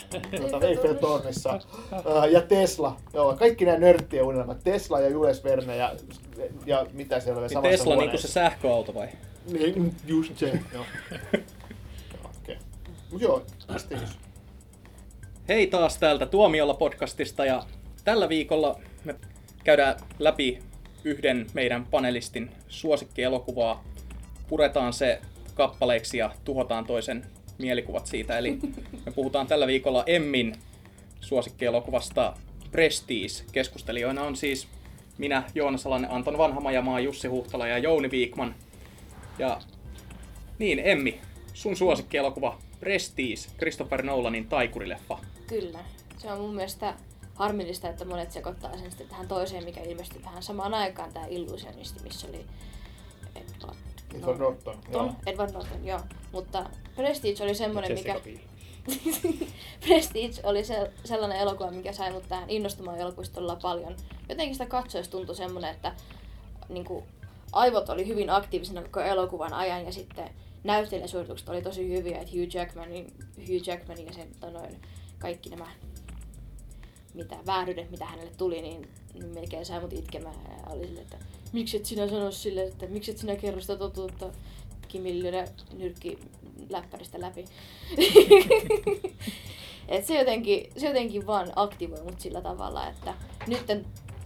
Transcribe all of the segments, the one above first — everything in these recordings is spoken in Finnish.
Eiffeltornissa ja Tesla. Joo, kaikki nämä nörttien unelmat. Tesla ja Jules Verne ja mitä siellä oli samassa Tesla huoneessa. niinku se sähköauto vai? Niin, just se. Joo. Okei. Mut joo, Prestige. Hei taas täältä Tuomiolla podcastista ja tällä viikolla me käydään läpi yhden meidän panelistin suosikkielokuvaa. Puretaan se kappaleiksi ja tuhotaan toisen mielikuvat siitä. Eli me puhutaan tällä viikolla Emmin suosikkielokuvasta Prestige. Keskustelijoina on siis minä, Joonas Alanen, Anton Vanhamajamaa, Jussi Huhtala ja Jouni Viikman. Ja niin, Emmi, sun suosikkielokuva Prestige, Christopher Nolanin taikurileffa. Kyllä. Se on mun mielestä harmillista, että monet sekoittaa sen sitten tähän toiseen, mikä ilmestyi vähän samaan aikaan, tämä Illusionisti, missä oli Edward Norton. Edward Norton, joo. Mutta Prestige oli semmoinen, mikä... Prestige oli sellainen elokuva, mikä sai mut tähän innostumaan elokuvista todella paljon. Jotenkin sitä katsoessa tuntui semmoinen, että niinku, aivot oli hyvin aktiivisena koko elokuvan ajan ja sitten näyttelijäsuoritukset oli tosi hyviä, että Hugh Jackman ja sen kaikki nämä vääryydet, mitä hänelle tuli, niin melkein sai mut itkemään ja oli silleen, että miksi et sinä sano sille, että miksi et sinä kerro sitä totuutta, Kimi lyödä nyrkki läppäristä läpi. Et se jotenkin vaan aktivoi mut sillä tavalla, että nytten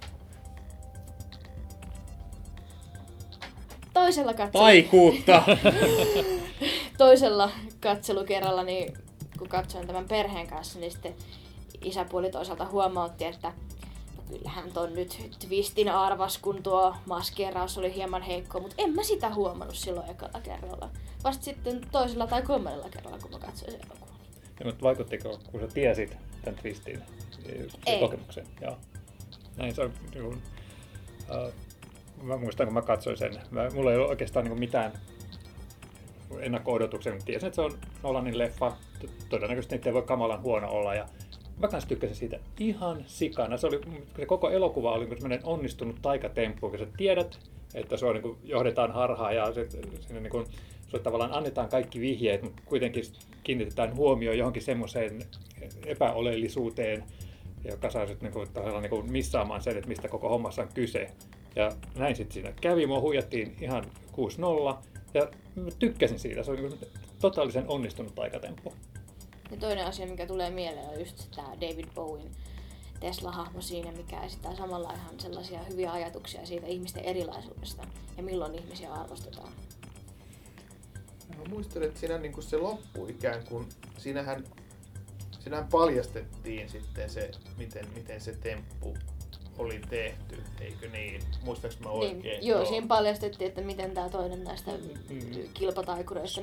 toisella katselukerralla, niin kun katsoin tämän perheen kanssa, niin sitten isäpuoli toisaalta huomautti, että no kyllähän ton nyt twistin arvas, kun tuo maskeeraus oli hieman heikko, mutta en mä sitä huomannut silloin ekalla kerralla. Vasta sitten toisella tai kolmannella kerralla, kun mä katsoin sen elokuvan. Ja, mutta vaikuttiko, kun sä tiesit tämän twistin kokemuksen? Joo. Näin se on. Mä muistan, kun mä katsoin sen. Mulla ei ollut oikeastaan niin mitään ennakko-odotuksia, mutta tiesin, että se on Nolanin leffa. Todennäköisesti niitä ei voi kamalan huono olla. Ja mä kanssa tykkäsin siitä ihan sikana. Se koko elokuva oli sellainen onnistunut taikatemppu, kun sä tiedät, että se on, niin johdetaan harhaa ja siinä niin sulle tavallaan annetaan kaikki vihjeet, mutta kuitenkin kiinnitetään huomioon johonkin semmoiseen epäoleellisuuteen, joka saa niin missaamaan sen, että mistä koko hommassa on kyse. Ja näin sitten siinä kävi. Mua huijattiin ihan 6-0 ja mä tykkäsin siitä. Se oli totaalisen onnistunut taikatemppu. Ja toinen asia, mikä tulee mieleen, on just tämä David Bowen Tesla-hahmo siinä, mikä esittää samalla ihan sellaisia hyviä ajatuksia siitä ihmisten erilaisuudesta ja milloin ihmisiä arvostetaan. Mä muistelen, että siinä niin se loppu ikään kuin, siinähän paljastettiin sitten se, miten se temppu oli tehty, eikö niin? Muistaaks mä oikein? Niin, joo, siinä paljastettiin, että miten tää toinen näistä kilpataikureista...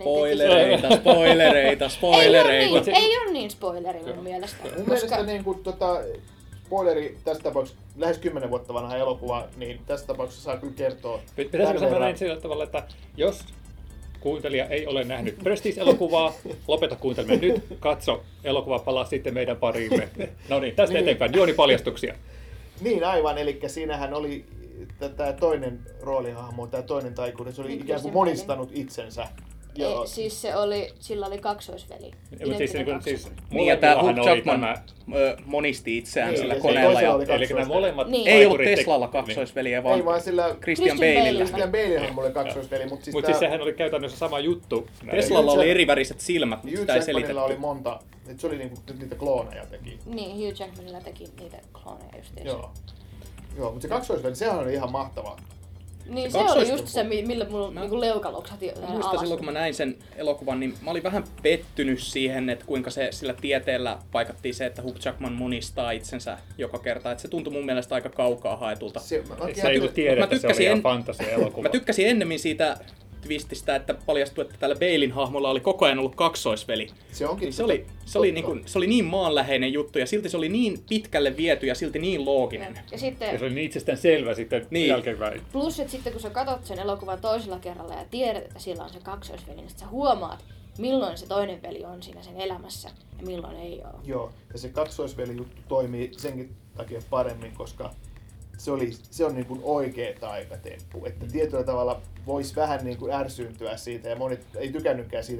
Spoilereita. Ei ole niin spoileri mun mielestä. Mun mielestä niin kuin, spoileri tässä tapauksessa lähes 10 vuotta vanha elokuva, niin tässä tapauksessa saa kyllä kertoa. Pitäisikö sanoa näin sillä tavalla, että jos kuuntelija ei ole nähnyt Prestige-elokuvaa, lopeta kuunteleminen nyt, katso elokuva, palaa sitten meidän pariimme. No niin, tästä eteenpäin, juonipaljastuksia. Niin aivan, eli siinähän oli tämä toinen roolihahmo, tämä toinen taikuri, se oli ikään kuin monistanut itsensä. Siis sillä oli kaksoisveli. Niin ja tämä Hugh Jackman monisti itseään sillä koneella. Eli nämä molemmat ei ollut Teslalla kaksoisveliä, vaan, ei, vaan sillä Christian Baleilla. Christian Baleilla oli kaksoisveli. Mutta siis sehän oli käytännössä sama juttu. Teslalla oli eriväriset silmät, mutta sitä ei selitetty. Hugh Jackmanilla oli monta, että se oli niitä klooneja teki. Niin, Hugh Jackmanilla teki niitä klooneja justiinsa. Joo, mutta se kaksoisveli, sehän oli ihan mahtavaa. Niin se oli just se, millä mulla niinku leuka loksahti alas. Silloin kun mä näin sen elokuvan, niin mä olin vähän pettynyt siihen, että kuinka se sillä tieteellä paikattiin se, että Hugh Jackman monistaa itsensä joka kerta. Että se tuntui mun mielestä aika kaukaa haetulta. Se ei ollut tiedä, että se oli ihan fantasia-elokuva. Mä tykkäsin ennemmin siitä twististä, että paljastui, että tällä Balein hahmolla oli koko ajan ollut kaksoisveli. Se onkin niin se oli niin maanläheinen juttu ja silti se oli niin pitkälle viety ja silti niin looginen. Ja sitten se oli niin itsestään selvä sitten jälkeenpäin. Plus, että sitten kun sä katsot sen elokuvan toisella kerralla ja tiedät, että sillä on se kaksoisveli, niin sä huomaat, milloin se toinen veli on siinä sen elämässä ja milloin ei ole. Joo, ja se kaksoisveli juttu toimii senkin takia paremmin, koska se on niin kuin oikea taikatemppu. Että tietyllä tavalla voisi vähän niin kuin ärsyyntyä siitä, ja monet ei tykännytkään siitä, että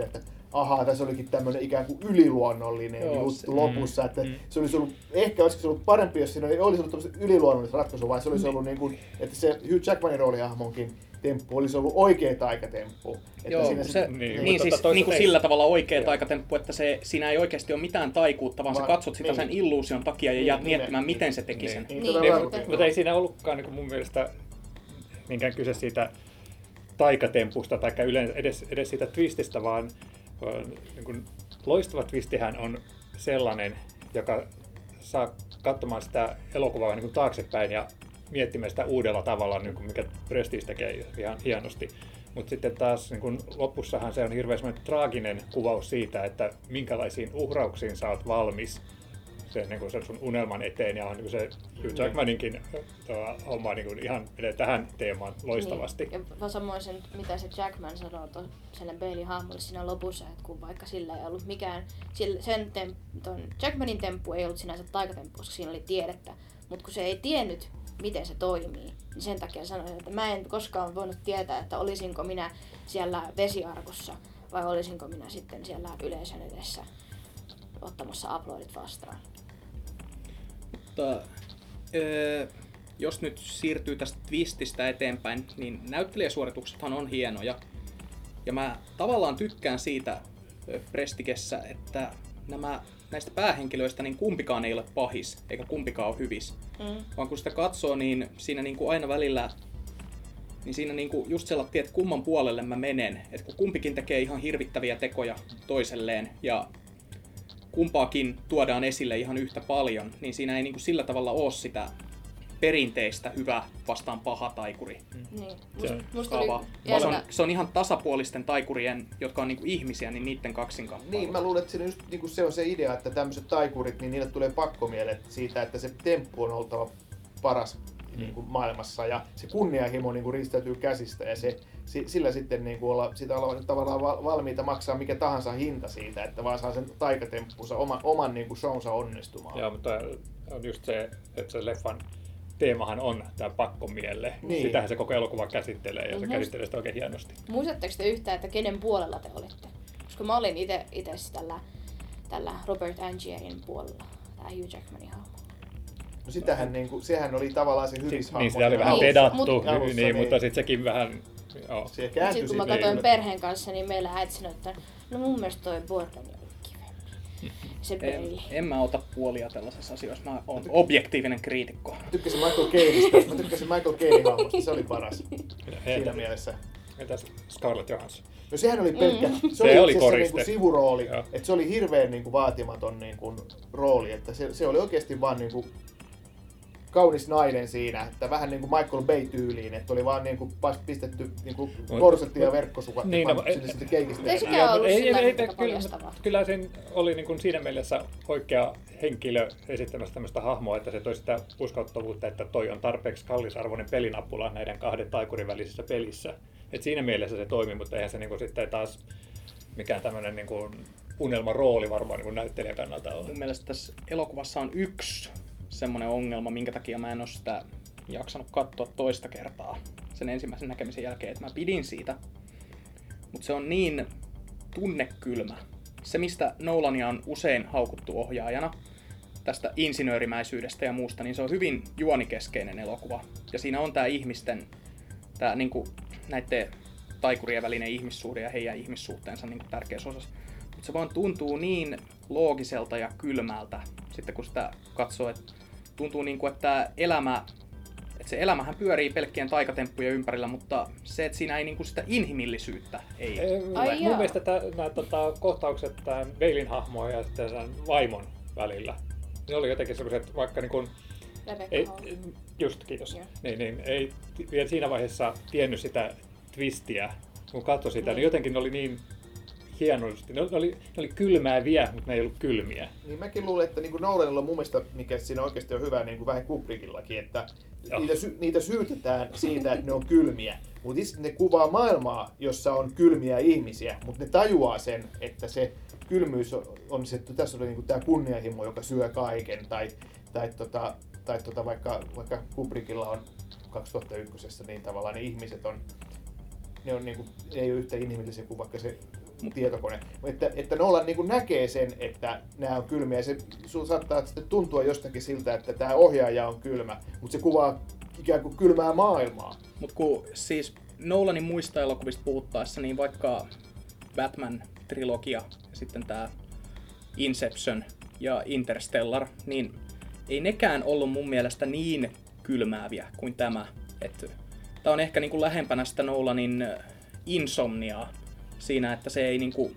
ahaa, tässä olikin tämmöinen ikään kuin yliluonnollinen juttu lopussa, että se olisi ollut, ehkä olisiko se ollut parempi, jos siinä ei olisi ollut tämmöistä yliluonnollista ratkaisua, vaan se olisi ollut niin kuin, että se Hugh Jackmanin roolihahmonkin temppu olisi ollut oikea taikatemppu. Joo, niin kuin sillä tavalla oikea taikatemppu, että siinä ei oikeasti ole mitään taikuutta, vaan sä katsot sitä sen illuusion takia ja jäät miettimään, miten se teki sen. Mutta ei siinä ollutkaan niin kuin mun mielestä niinkään kyse siitä taikatempusta tai edes siitä twististä, vaan niin kuin loistava twistihän on sellainen, joka saa katsomaan sitä elokuvaa niin kuin taaksepäin ja miettimään sitä uudella tavalla, niin kuin mikä Prestige tekee ihan hienosti. Mutta sitten taas niin kun lopussahan se on hirveän traaginen kuvaus siitä, että minkälaisiin uhrauksiin sä oot valmis sen, niin kun sen sun unelman eteen. Ja niin se Hugh Jackmaninkin homma niin ihan menee tähän teemaan loistavasti. Niin. Ja samoin sen, mitä se Jackman sanoo sille Bailey hahmolle siinä lopussa, että kun vaikka sillä ei ollut mikään, ton Jackmanin temppu ei ollut sinänsä taikatemppu, koska siinä oli tiedettä, mutta kun se ei tiennyt, miten se toimii, niin sen takia sanoin, että mä en koskaan voinut tietää, että olisinko minä siellä vesiarkussa vai olisinko minä sitten siellä yleisön edessä ottamassa uploadit vastaan. Mutta jos nyt siirtyy tästä twististä eteenpäin, niin näyttelijäsuorituksethan on hienoja. Ja mä tavallaan tykkään siitä Prestigessä, että näistä päähenkilöistä niin kumpikaan ei ole pahis, eikä kumpikaan ole hyvis. Vaan kun sitä katsoo, niin siinä niin kuin aina välillä, niin siinä niin kuin just sellainen, että kumman puolelle mä menen. Että kun kumpikin tekee ihan hirvittäviä tekoja toiselleen ja kumpaakin tuodaan esille ihan yhtä paljon, niin siinä ei niin kuin sillä tavalla ole sitä perinteistä hyvä vastaan paha taikuri. Niin. Se on ihan tasapuolisten taikurien, jotka on niinku ihmisiä, niin niiden kaksinkamppailu. Niin, mä luulen, että siinä just, niinku se on se idea, että tämmöiset taikurit, niin niille tulee pakkomiele siitä, että se temppu on oltava paras niinku maailmassa ja se kunnianhimo niinku riistäytyy käsistä ja sillä sitten niinku sitä ollaan tavallaan valmiita maksaa mikä tahansa hinta siitä, että vaan saa sen taikatemppunsa oman niinku shownsa onnistumaan. Joo, mutta on just se, että se leffan teemahan on tämä pakkomielle. Niin. Sitähän se koko elokuva käsittelee ja se käsittelee sitä oikein hienosti. Muistatteko te yhtään, että kenen puolella te olitte? Koska mä olin itse tällä Robert Angierin puolella, tää Hugh Jackmanin hahmo. No sitähän niinku, sehän oli tavallaan se hyvis hahmo. Niin, sitä oli vähän pedattu, mutta sitten sekin vähän... Sitten kun mä katsoin perheen kanssa, niin meillä äiti sanoi, että no mun mielestä toi Borden oli kivempi. Se Bailey. En mä ota puolia tällaisessa asioissa. Mä oon objektiivinen kriitikko. Tykkäsin Michael Caineista. Mä tykkäsin Michael Cainen hahmosta. Se oli paras siinä mielessä. Entäs Scarlett Johansson? No sehän oli pelkkä. Se oli koriste. Niinku sivurooli. Että se oli hirveän niinku vaatimaton niinku rooli. Että se oli oikeasti vaan niinku kaunis nainen siinä, että vähän niin kuin Michael Bay-tyyliin, että oli vaan niin kuin pistetty niin kuin korsetti ja verkkosukat niin, ja sille sitten keikistä. Ei sekään ollut sillä paljastavaa. Kyllä sen oli niin kuin siinä mielessä oikea henkilö esittämässä tämmöistä hahmoa, että se toi sitä uskottavuutta, että toi on tarpeeksi kallisarvoinen pelinappula näiden kahden taikurin välisessä pelissä. Et siinä mielessä se toimi, mutta eihän se niin kuin sitten taas mikään tämmöinen niin kuin unelmarooli varmaan niin kuin näyttelijän kannalta ole. Mun mielestä tässä elokuvassa on yksi semmoinen ongelma, minkä takia mä en ole sitä jaksanut katsoa toista kertaa sen ensimmäisen näkemisen jälkeen, että mä pidin siitä. Mutta se on niin tunnekylmä. Se, mistä Nolania on usein haukuttu ohjaajana, tästä insinöörimäisyydestä ja muusta, niin se on hyvin juonikeskeinen elokuva. Ja siinä on tää ihmisten, tää niinku näitten taikurien välinen ihmissuhde ja heidän ihmissuhteensa niinku tärkeässä osassa. Mutta se vaan tuntuu niin loogiselta ja kylmältä, sitten kun sitä katsoo, että tuntuu niin kuin, että se elämähän pyörii pelkkien taikatemppujen ympärillä, mutta se, että siinä ei niin kuin sitä inhimillisyyttä ei ole. Mun mielestä nämä kohtaukset tämän Baileyn hahmoa ja sitten tämän vaimon välillä, ne oli jotenkin sellaiset, vaikka niin kuin, kiitos. Niin, ei vielä siinä vaiheessa tiennyt sitä twistiä, kun katsoi sitä, niin jotenkin ne oli niin hienosti. Ne oli kylmääviä, mutta ne ei ollut kylmiä. Niin mäkin luulen, että niin Nolanilla on mun mielestä, mikä siinä oikeasti on hyvä, niin kuin vähän Kubrickillakin, että niitä syytetään siitä, että ne on kylmiä. Mutta ne kuvaa maailmaa, jossa on kylmiä ihmisiä, mutta ne tajuaa sen, että se kylmyys on se, että tässä on niin tämä kunnianhimo, joka syö kaiken. Tai vaikka Kubrickilla on 2001, niin tavallaan ne ihmiset on, ne on niin kuin, ei ole yhtä inhimillisiä kuin vaikka se tietokone. Että Nolan niin kuin näkee sen, että nämä on kylmiä ja se saattaa sitten tuntua jostakin siltä, että tämä ohjaaja on kylmä, mutta se kuvaa ikään kuin kylmää maailmaa. Mutta kun siis Nolanin muista elokuvista puhuttaessa, niin vaikka Batman-trilogia ja sitten tämä Inception ja Interstellar, niin ei nekään ollut mun mielestä niin kylmääviä kuin tämä. Tämä on ehkä niinku lähempänä sitä Nolanin Insomniaa siinä, että se ei niinku,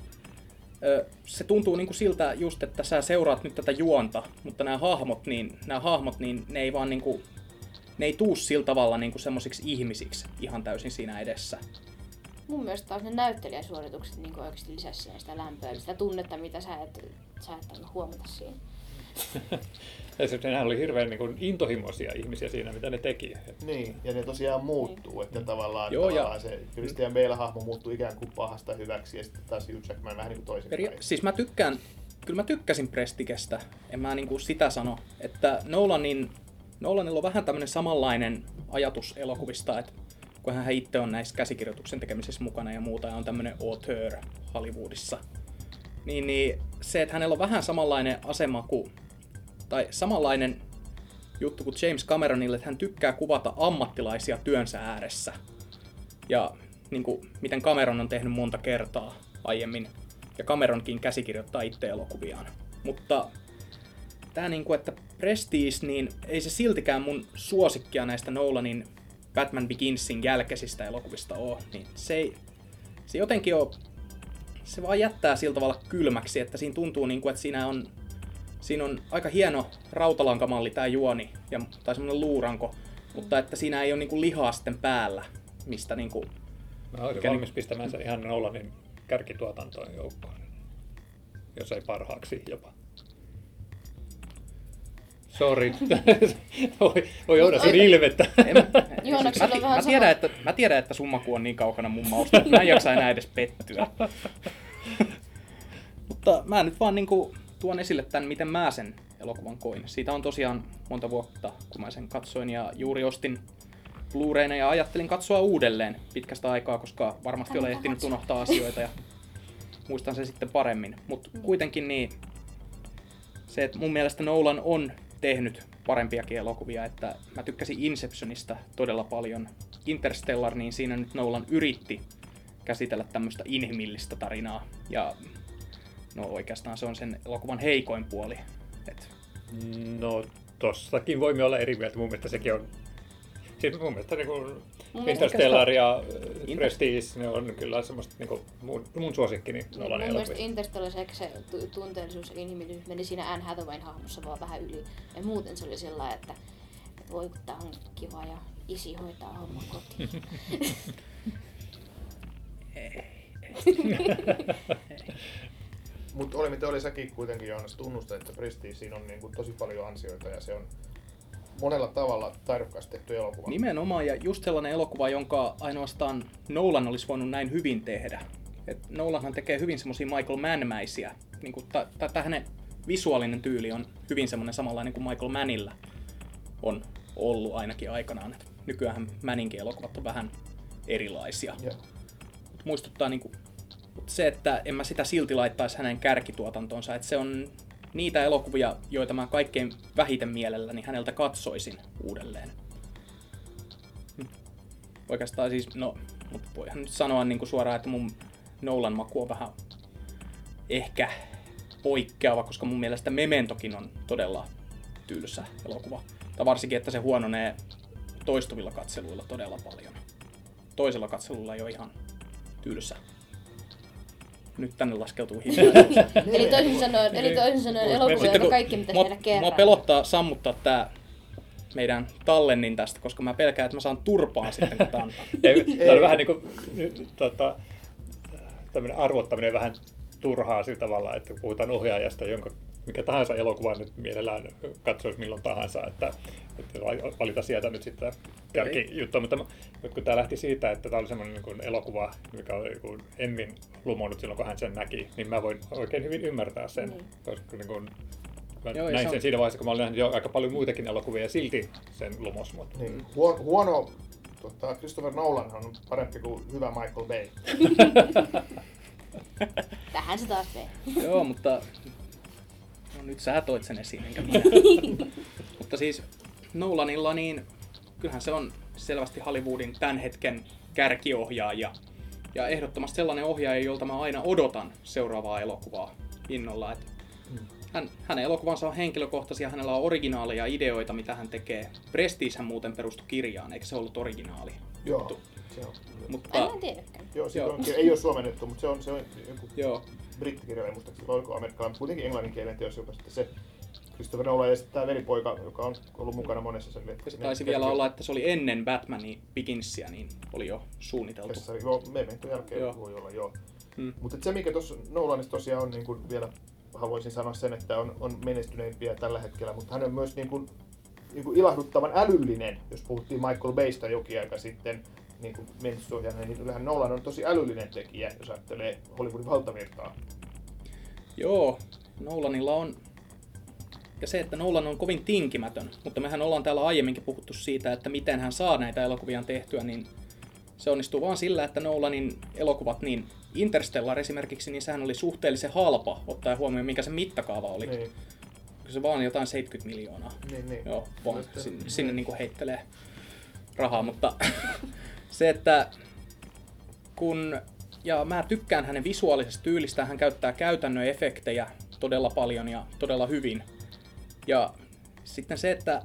se tuntuu niinku siltä just, että sä seuraat nyt tätä juonta, mutta nämä hahmot, niin ne ei vaan niinku, ne ei tuu sillä tavalla niinku semmosiksi ihmisiksi ihan täysin siinä edessä. Mun mielestä taas ne näyttelijäsuoritukset niin oikeasti lisäsi siihen sitä lämpöä, sitä tunnetta, mitä sä et huomata siinä. Nehän oli hirveän niin kuin intohimoisia ihmisiä siinä, mitä ne teki. Niin, ja ne tosiaan muuttuu, että tavallaan se Christian Bale-hahmo muuttuu ikään kuin pahasta hyväksi, ja sitten taas Hugh Jackman vähän niin kuin toisinpäin. Siis kyllä mä tykkäsin Prestigestä, en mä niin kuin sitä sano, että Nolanilla on vähän tämmöinen samanlainen ajatus elokuvista, että kun hän itse on näissä käsikirjoituksen tekemisessä mukana ja muuta, ja on tämmöinen auteur Hollywoodissa, niin se, että hänellä on vähän samanlainen asema tai samanlainen juttu kuin James Cameronille, että hän tykkää kuvata ammattilaisia työnsä ääressä. Ja niin kuin, miten Cameron on tehnyt monta kertaa aiemmin, ja Cameronkin käsikirjoittaa itse elokuviaan. Mutta tämä, niin kuin, että Prestige, niin ei se siltikään mun suosikkia näistä Nolanin Batman Beginsin jälkeisistä elokuvista ole. Niin se jotenkin on, se vaan jättää sillä tavalla kylmäksi, että siinä tuntuu, niin kuin, että siinä on aika hieno rautalankamalli tää juoni, tai semmonen luuranko, mutta että siinä ei ole niinku lihaa sitten päällä, mistä niinku... Mä olisin valmis pistämään sen ihan Nolanin kärkituotantoon joukkoon, jos ei parhaaksi jopa. Sori, voi jouda sen ilmettä. Mä tiedän, että sun maku on niin kaukana mun mausta, että mä en jaksa enää edes pettyä. Mutta mä nyt vaan niinku tuon esille tämän, miten mä sen elokuvan koin. Siitä on tosiaan monta vuotta, kun mä sen katsoin, ja juuri ostin Blu-rayna ja ajattelin katsoa uudelleen pitkästä aikaa, koska varmasti olen ehtinyt unohtaa asioita ja muistan sen sitten paremmin. Mutta kuitenkin niin, se, että mun mielestä Nolan on tehnyt parempiakin elokuvia, että mä tykkäsin Inceptionista todella paljon. Interstellar, niin siinä nyt Nolan yritti käsitellä tämmöistä inhimillistä tarinaa, ja no oikeastaan se on sen elokuvan heikoin puoli. No tossakin voimme olla eri mieltä. Mun mielestä sekin on... Siis mun mielestä niin Interstellar ja Prestige, ne on kyllä semmoista niin mun suosikkini Nolanin elokuvia. Mun mielestä Interstellar se tunteellisuus ja inhimillisyys meni siinä Anne Hathawayn hahmossa vaan vähän yli. Ja muuten se oli sellainen, että voi kun tää on kiva ja isi hoitaa homman kotiin. Mutta oli mitä oli, säkin kuitenkin Joonas tunnustat, että Prestige siinä on niin kuin tosi paljon ansioita ja se on monella tavalla taidokkaasti tehty elokuva. Nimenomaan, ja just sellainen elokuva, jonka ainoastaan Nolan olisi voinut näin hyvin tehdä. Nolanhan tekee hyvin semmosia Michael Mann-mäisiä. Niin hänen visuaalinen tyyli on hyvin semmoinen samanlainen kuin Michael Mannilla on ollut ainakin aikanaan. Nykyään Manninkin elokuvat on vähän erilaisia. Muistuttaa niinku se, että en mä sitä silti laittaisi hänen kärkituotantonsa, että se on niitä elokuvia, joita mä kaikkein vähiten mielelläni häneltä katsoisin uudelleen. Oikeastaan siis, no, mutta voihan nyt sanoa niin kuin suoraan, että mun Nolan maku on vähän ehkä poikkeava, koska mun mielestä Mementokin on todella tylsä elokuva. Tai varsinkin, että se huononee toistuvilla katseluilla todella paljon. Toisella katselulla ei ole ihan tylsä. Nyt tänne laskeutuu hiljaisuus. Eli toisin sanoen elokuvia on kaikki, mitä tehdä kerran. Mua pelottaa sammuttaa tää meidän tallennin tästä, koska mä pelkään, että mä saan turpaan sitten, kun tää on. Tämä on vähän niin kuin tämmöinen arvottaminen vähän turhaa sillä tavalla, että puhutaan ohjaajasta, jonka mikä tahansa elokuva nyt mielellään katsoisi milloin tahansa, että valita sieltä nyt sitten kärkijuttua. Mutta kun tämä lähti siitä, että tämä oli semmoinen niin elokuva, mikä oli Emmin lumonnut silloin, kun hän sen näki, niin mä voin oikein hyvin ymmärtää sen, koska niin kuin, näin sen siinä vaiheessa, kun mä olin nähnyt jo aika paljon muitakin elokuvia ja silti sen lumos. Niin. Huono Christopher Nolan on parempi kuin hyvä Michael Bay. Tähän se taas vei. Joo, mutta no, nyt sä toit sen esiin, enkä minä. Mutta siis Nolanilla, niin kyllähän se on selvästi Hollywoodin tämän hetken kärkiohjaaja. Ja ehdottomasti sellainen ohjaaja, jolta mä aina odotan seuraavaa elokuvaa innolla. Et hänen elokuvansa on henkilökohtaisia, hänellä on originaaleja ideoita, mitä hän tekee. Prestigehän muuten perustui kirjaan, eikö se ollut originaali? Joo, se on. Mutta En tiedäkään. Joo, ei ole suomennettu, mutta se on joku joo, brittikirjailija muistaakseni, vai oliko amerikkalainen, kuitenkin englanninkielinen teos, joka sitten se Christopher Nolan ja sitten tämä velipoika, joka on ollut mukana monessa sen. se taisi vielä olla, että se oli ennen Batmanin Beginsia, niin oli jo suunniteltu. Joo, Mementon jälkeen Joo. voi olla, joo. Mutta se mikä tuossa Nolanissa tosiaan on, niin kuin vielä haluaisin sanoa sen, että on menestyneimpiä tällä hetkellä, mutta hän on myös niin kuin ilahduttavan älyllinen, jos puhuttiin Michael Baysta jokin aika sitten, niin kuin menestysohjaajana, niin kyllähän Nolan on tosi älyllinen tekijä, jos ajattelee Hollywoodin valtavirtaa. Joo, Nolanilla on. Ja se, että Nolan on kovin tinkimätön, mutta mehän ollaan täällä aiemminkin puhuttu siitä, että miten hän saa näitä elokuvia tehtyä, niin se onnistuu vaan sillä, että Nolanin elokuvat, niin Interstellar esimerkiksi, niin sehän oli suhteellisen halpa, ottaen huomioon, mikä se mittakaava oli. Niin. Se vaan jotain 70 miljoonaa. Niin. Joo, sinne niin kuin heittelee rahaa, mutta se, että ja mä tykkään hänen visuaalisesta tyylistä, hän käyttää käytännön efektejä todella paljon ja todella hyvin. Ja sitten se, että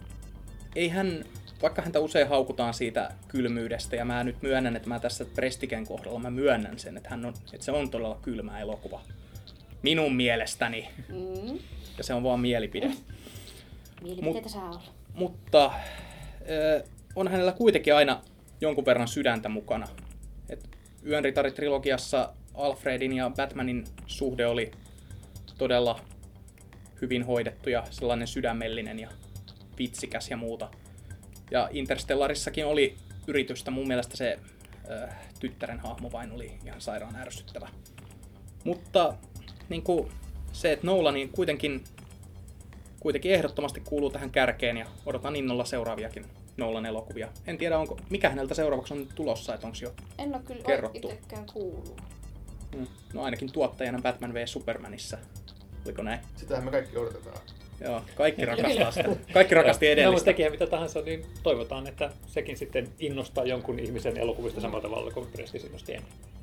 vaikka häntä usein haukutaan siitä kylmyydestä, ja mä nyt myönnän, että mä tässä Prestigen kohdalla mä myönnän sen, että se on todella kylmä elokuva. Minun mielestäni. Ja se on vaan mielipide. Mielipiteitä saa olla. Mutta on hänellä kuitenkin aina jonkun verran sydäntä mukana. Yön ritari-trilogiassa Alfredin ja Batmanin suhde oli todella hyvin hoidettu ja sellainen sydämellinen ja vitsikäs ja muuta. Ja Interstellarissakin oli yritystä. Mun mielestä se tyttären hahmo vain oli ihan sairaan ärsyttävä. Mutta niin kuin se, että Nolanin kuitenkin ehdottomasti kuuluu tähän kärkeen ja odotan innolla seuraaviakin Nolan elokuvia. En tiedä, mikä häneltä seuraavaksi on tulossa, että onko jo En ole kyllä kerrottu. itsekään kuullut. No ainakin tuottajana Batman v Supermanissa. Oliko näin? Sitähän me kaikki odotetaan. Joo, kaikki rakastaa sitä. Kaikki rakasti No, mutta edellistä. tekee mitä tahansa, niin toivotaan, että sekin sitten innostaa jonkun ihmisen elokuvista samalla tavalla kuin Prestige innosti ennen.